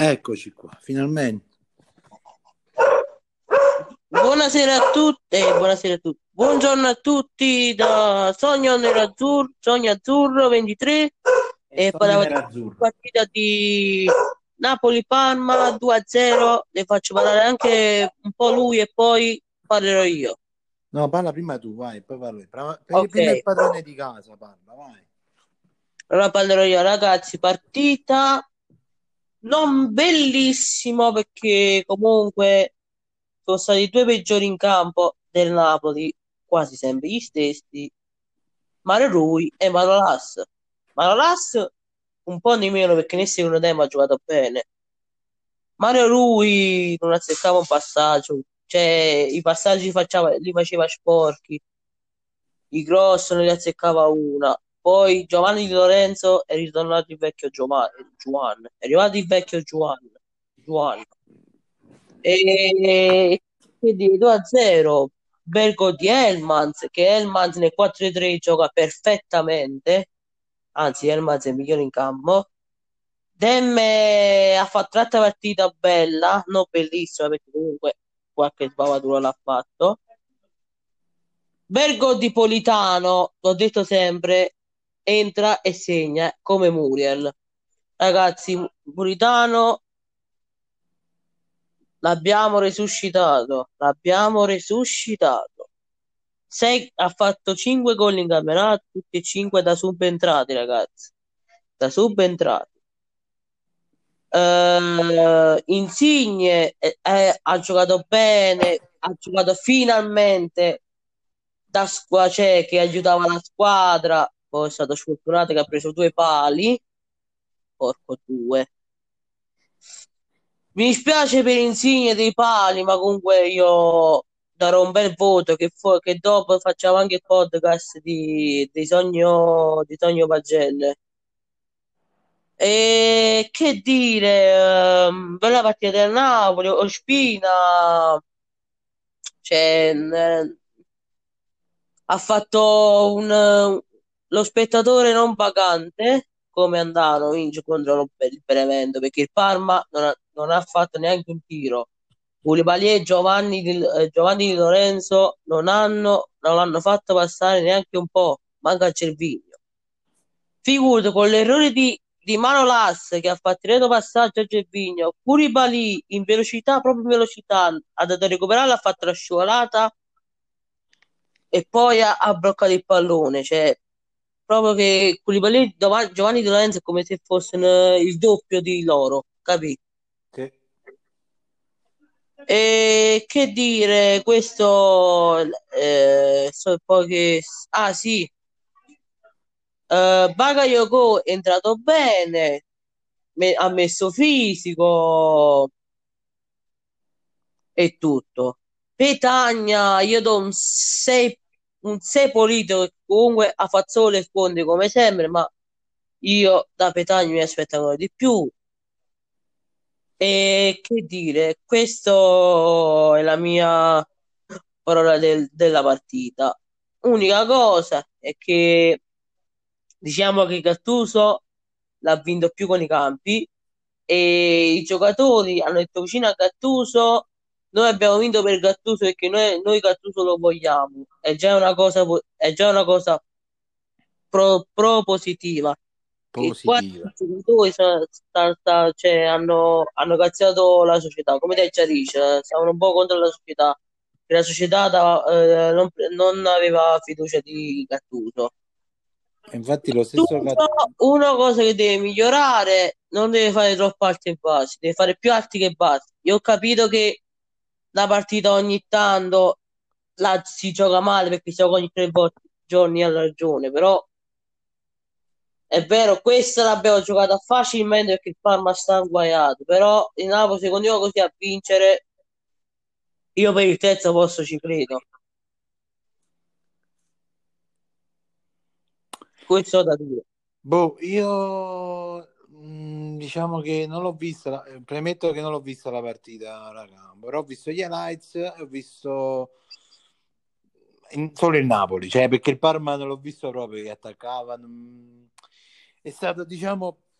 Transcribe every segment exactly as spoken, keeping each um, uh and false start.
Eccoci qua, finalmente. Buonasera a tutti, eh, buonasera a tutti. Buongiorno a tutti da Sogno Nerazzurro, Sogno Azzurro ventitré E e sogno parliamo di nerazzurro. partita di Napoli-Parma due a zero. Le faccio parlare anche un po' lui e poi parlerò io. No, parla prima tu, vai, poi parlo io. Prima, Ok, prima il padrone di casa, parla, vai. allora parlerò io, ragazzi. Partita non bellissimo perché comunque sono stati i due peggiori in campo del Napoli, quasi sempre gli stessi, Mario Rui e Manolas. Manolas un po' di meno perché nel secondo tempo ha giocato bene. Mario Rui non azzeccava un passaggio, cioè i passaggi li faceva, li faceva sporchi, i cross non li azzeccava una. Poi Giovanni Di Lorenzo è ritornato il vecchio Giovanni, Juan, è arrivato il vecchio Juan. Juan. E quindi due a zero, bel gol di Elmans, che Elmans nel quattro tre gioca perfettamente, anzi Elmans è il migliore in campo. Demme ha fatto un'altra partita bella, non bellissima perché comunque qualche sbavatura l'ha fatto. Bel gol di Politano, l'ho detto sempre, entra e segna come Muriel. Ragazzi, Politano l'abbiamo resuscitato, l'abbiamo resuscitato. Sei, ha fatto cinque gol in campionato, tutti e cinque da subentrati, ragazzi. Da subentrati. Eh, Insigne eh, eh, ha giocato bene, ha giocato finalmente da squadra, cioè, che aiutava la squadra. Poi è stato sfortunato che ha preso due pali. Porco due. Mi dispiace per Insigne dei pali, ma comunque io darò un bel voto che, fu- che dopo facciamo anche il podcast di, di Sogno, di Sogno Pagelle. E che dire, ehm, bella partita del Napoli, Ospina, cioè, eh, ha fatto un, lo spettatore non pagante come Andanovic contro il Benevento perché il Parma non ha, non ha fatto neanche un tiro. Koulibaly e Giovanni di, eh, Giovanni Di Lorenzo non hanno, non l'hanno fatto passare neanche un po', manca il Cervigno. Figurati con l'errore di, di Manolas che ha fatto il retro passaggio a Cervigno, Koulibaly in velocità, proprio in velocità, ha dato a recuperare, ha fatto la scivolata e poi ha, ha bloccato il pallone, cioè proprio che Koulibaly, Giova- Giovanni Di Lorenzo è come se fossero il doppio di loro, capì? Sì. E che dire, questo eh, so poi che ah sì, eh, Bakayoko è entrato bene, me- ha messo fisico e tutto. Petagna, io do un sei, un sei politico che comunque ha fatto solo le sponde come sempre, ma io da Petagna mi aspettavo di più. E che dire, questa è la mia parola del- della partita. Unica cosa è che diciamo che Gattuso l'ha vinto più con i campi e i giocatori hanno detto vicino a Gattuso noi abbiamo vinto per Gattuso perché noi, noi Gattuso lo vogliamo. È già una cosa, po- è già una cosa pro, propositiva. Che qua Positiva. i giocatori sta- sta- sta- cioè, hanno, hanno cazziato la società, come te già dice, stavano un po' contro la società, che la società dava- eh, non, non aveva fiducia di Gattuso. E infatti lo stesso Gattuso, Gat- una cosa che deve migliorare, non deve fare troppo alti e bassi, deve fare più alti che bassi. Io ho capito che la partita ogni tanto la si gioca male perché si gioca ogni tre vo- giorni alla ragione, però è vero, questa l'abbiamo giocata facilmente perché il Parma sta inguaiato, però il Napoli se continua così a vincere, io per il terzo posto ci credo. Questo ho da dire. Boh, io mh, diciamo che non l'ho vista, la- eh, premetto che non l'ho vista la partita, raga, però ho visto gli highlights e ho visto in- solo il Napoli, cioè perché il Parma non l'ho visto proprio che attaccava. non- È stato, diciamo.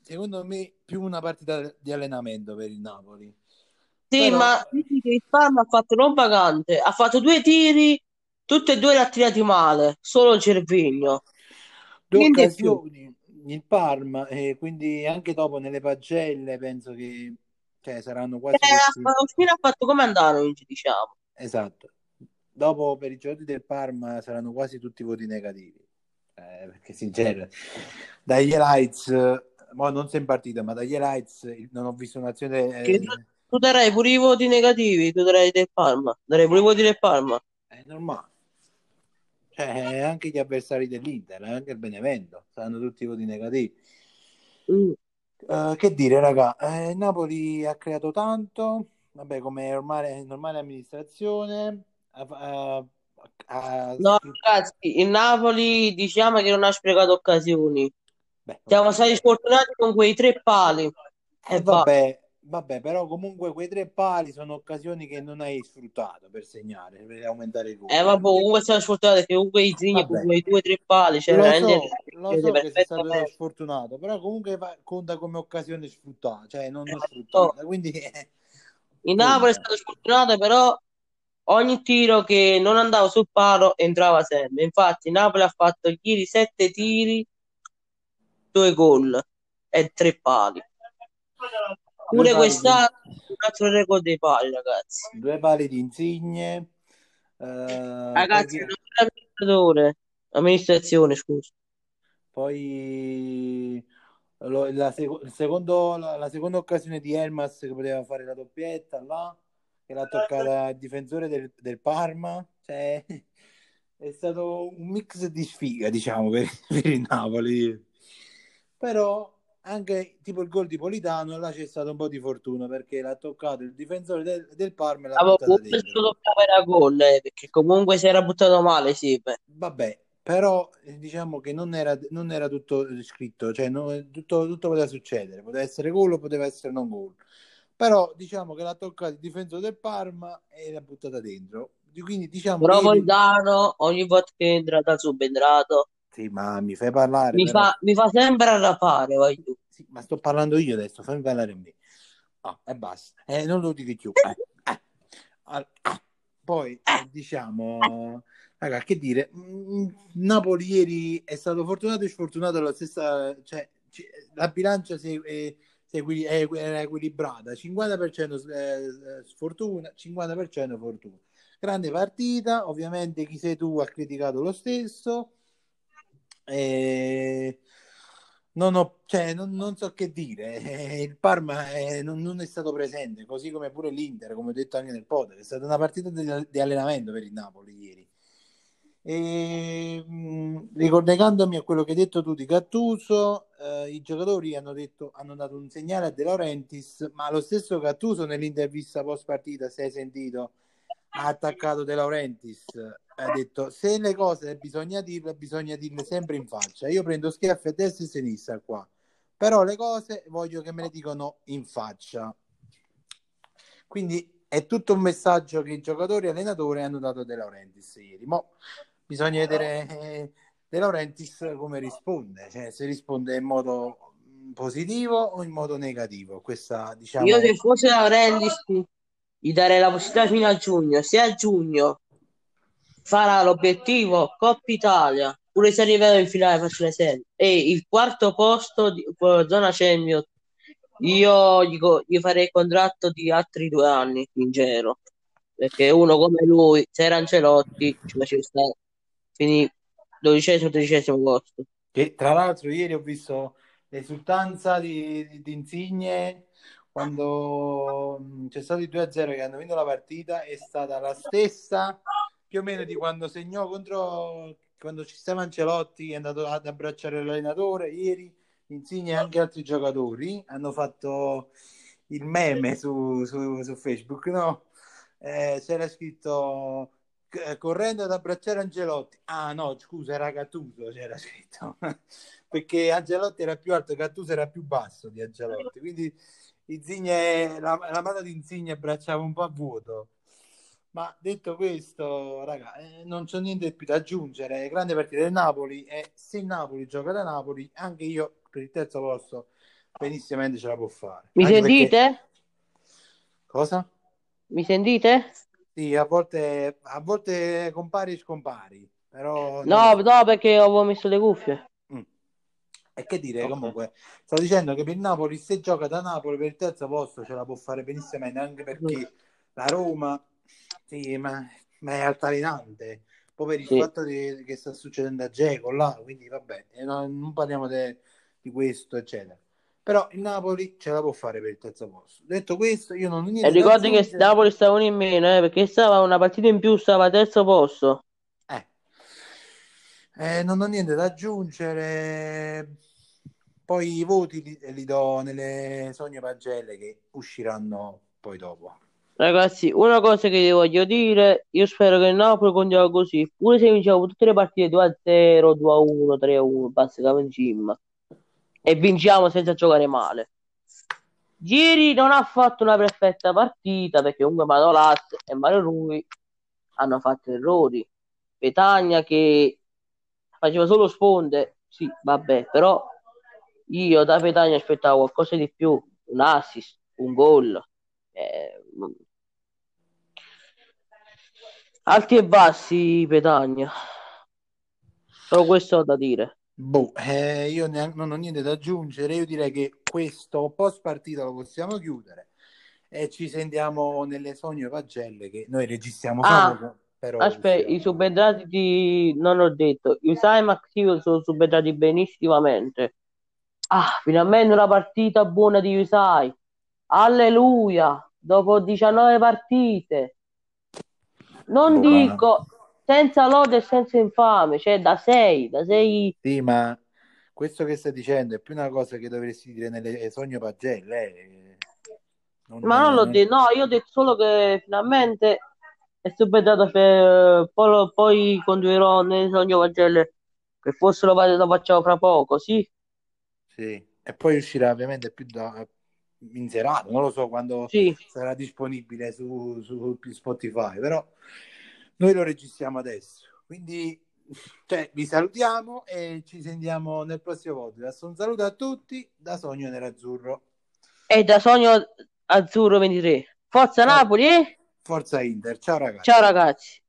secondo me più una partita di allenamento per il Napoli. Sì, Però ma dici che il Parma ha fatto non vagante, ha fatto due tiri, tutti e due li ha tirati male, solo Cervigno, due niente più. occasioni il Parma e quindi anche dopo nelle pagelle penso che cioè, saranno quasi Eh, tutti alla fine ha fatto come Andanovic, diciamo. esatto. Dopo per i giochi del Parma saranno quasi tutti voti negativi. Eh, perché sincero, dagli highlights, mo non sei in partita, ma dagli highlights non ho visto un'azione. Che tu, Eh, tu darai pure i voti negativi, tu darai del Parma, darei pure i voti del Parma. è normale. Cioè, anche gli avversari dell'Inter, anche il Benevento, saranno tutti voti negativi. Mm. Eh, che dire, raga, eh, il Napoli ha creato tanto, vabbè, come normale, normale amministrazione, ha, ha- ha No, scritto, ragazzi, il Napoli diciamo che non ha sprecato occasioni. beh, ok. Siamo stati sfortunati con quei tre pali E e basta. vabbè, vabbè, però comunque quei tre pali sono occasioni che non hai sfruttato per segnare, per aumentare il Eh, gol. vabbè, comunque siamo sfortunati perché comunque i Zigni con Vabbè, quei due o tre pali, cioè lo veramente so, le lo prese so che sei stato perfettamente. sfortunato, però comunque va- conta come occasione sfruttata, cioè non, Eh, non so, sfruttata, quindi eh, il Napoli è conta. stato sfortunato, però ogni tiro che non andava sul palo entrava sempre. Infatti, il Napoli ha fatto ieri sette tiri, due gol e tre pali. Due Pure pali di, quest'anno un altro record dei pali, ragazzi. due pali di Insigne, eh, poi, Ragazzi, chi- non è amministratore, amministrazione, scusa. poi lo- la, seco- il secondo- la, la seconda occasione di Elmas che poteva fare la doppietta là, che l'ha toccata il difensore del, del Parma, cioè è stato un mix di sfiga, diciamo, per, per il Napoli. Però anche tipo il gol di Politano, là c'è stato un po' di fortuna perché l'ha toccato il difensore del, del Parma e l'ha Avevo buttata comunque dentro. solo camera gol, eh, perché comunque si era buttato male, sì. Beh. Vabbè, però eh, diciamo che non era, non era tutto scritto, cioè no- tutto, tutto poteva succedere, poteva essere gol o poteva essere non gol. Però diciamo che l'ha toccato il difensore del Parma e l'ha buttata dentro. Quindi diciamo che Però ieri... Politano, ogni volta che entra da subentrato, Sì, ma mi fai parlare mi però. fa, mi fa sempre arrapare, vai tu. Sì, ma sto parlando io adesso, fammi parlare a me. Ah, e basta. Eh, non lo dico più. Eh, eh. Al- ah. Poi eh, diciamo, raga, che dire, mm, Napoli ieri è stato fortunato e sfortunato alla stessa, cioè ci- la bilancia si, è, si è equi- è equi- era equilibrata, cinquanta per cento s- eh, sfortuna, cinquanta per cento fortuna. Grande partita, ovviamente chi sei tu ha criticato lo stesso. E non ho, cioè, non, non so che dire. Eh, il Parma eh, non, non è stato presente, così come pure l'Inter, come ho detto anche nel pod. È stata una partita di, di allenamento per il Napoli ieri. E, mh, ricollegandomi a quello che hai detto tu di Gattuso, eh, i giocatori hanno detto, hanno dato un segnale a De Laurentiis, ma lo stesso Gattuso nell'intervista post partita, se hai sentito, ha attaccato De Laurentiis, ha detto se le cose bisogna dirle, bisogna dirle sempre in faccia. Io prendo schiaffi a destra e a sinistra qua, però le cose voglio che me le dicono in faccia. Quindi è tutto un messaggio che i giocatori e allenatori hanno dato a De Laurentiis ieri. Mo bisogna vedere eh, De Laurentiis come risponde, cioè se risponde in modo mh, positivo o in modo negativo. Questa, Io diciamo, se fosse Laurentiis gli darei la possibilità fino a giugno. Se a giugno farà l'obiettivo Coppa Italia, pure se arriverà in finale, faccio un esempio, e il quarto posto di eh, zona Champions, io gli, co- gli farei il contratto di altri due anni in giro, perché uno come lui, se era Ancelotti, ci faceva stare, finì dodicesimo, tredicesimo posto. che tra l'altro ieri ho visto l'esultanza di, di, di Insigne quando mh, c'è stato il due a zero che hanno vinto la partita, è stata la stessa più o meno di quando segnò contro quando ci stava Ancelotti, è andato ad abbracciare l'allenatore ieri. Insigne e anche altri giocatori hanno fatto il meme su, su, su Facebook, no? Eh, c'era scritto c- correndo ad abbracciare Angelotti. Ah no, scusa, era Gattuso, c'era scritto. Perché Angelotti era più alto, Gattuso era più basso di Angelotti. Quindi Insigne, la, la mano di Insigne abbracciava un po' a vuoto. Ma detto questo, raga, eh, non c'è niente più da aggiungere. Grande partita del Napoli e se il Napoli gioca da Napoli, anche io per il terzo posto benissimamente ce la può fare. Mi Anche perché, sentite? cosa? Mi sentite? Sì, a volte, a volte compari e scompari, però non lo No, so. no, perché avevo messo le cuffie. Mm. E che dire, Ok. comunque, sto dicendo che per il Napoli, se gioca da Napoli per il terzo posto, ce la può fare benissimo, anche perché la Roma, sì, ma, ma è altalenante, poi per il Sì. fatto di- che sta succedendo a Dzeko là, quindi vabbè, e non, non parliamo de- di questo, eccetera. Però il Napoli ce la può fare per il terzo posto. Detto questo, io non ho E niente da ricordi che aggiungere. Napoli stava uno in meno, eh, perché stava una partita in più, stava al terzo posto. Eh. Eh, non ho niente da aggiungere. Poi i voti li, li do nelle sogne pagelle che usciranno poi dopo. Ragazzi, una cosa che vi voglio dire, io spero che il Napoli continui così, pure se vinciamo tutte le partite due a zero, due a uno, tre a uno, basta che vinciamo. E vinciamo senza giocare male. Ieri non ha fatto una perfetta partita perché comunque Manolas e Mario Rui hanno fatto errori. Petagna che faceva solo sponde, sì, vabbè, però io da Petagna aspettavo qualcosa di più, un assist, un gol. Eh, alti e bassi, Petagna. Solo questo ho da dire. Boh, eh, io neanche- non ho niente da aggiungere. Io direi che questo post partita lo possiamo chiudere e ci sentiamo nelle sogne pagelle che noi registriamo Ah, sabato, però aspetta, i usciranno. subentrati di... non ho detto. I Saimax io sono subentrati benissimamente. Ah, finalmente una partita buona di Usai. Alleluia! Dopo diciannove partite. Non Boh, ma dico senza lode e senza infame, cioè da sei, da sei. sì, ma questo che stai dicendo è più una cosa che dovresti dire nelle sogne pagelle. eh. Non, Ma non l'ho non- detto, no, io ho detto solo che finalmente è subentrato per... Poi, lo- poi continuerò nel sogno Vangelo, che forse lo, fa- lo facciamo fra poco, sì? Sì. E poi uscirà ovviamente più da, in serata, non lo so quando Sì. sarà disponibile su, su Spotify, però noi lo registriamo adesso. Quindi cioè, vi salutiamo e ci sentiamo nel prossimo podcast. Un saluto a tutti da Sogno Nerazzurro. E da sogno azzurro ventitré. Forza Ciao, Napoli, eh? Forza Inter, ciao Ciao ragazzi. ragazzi.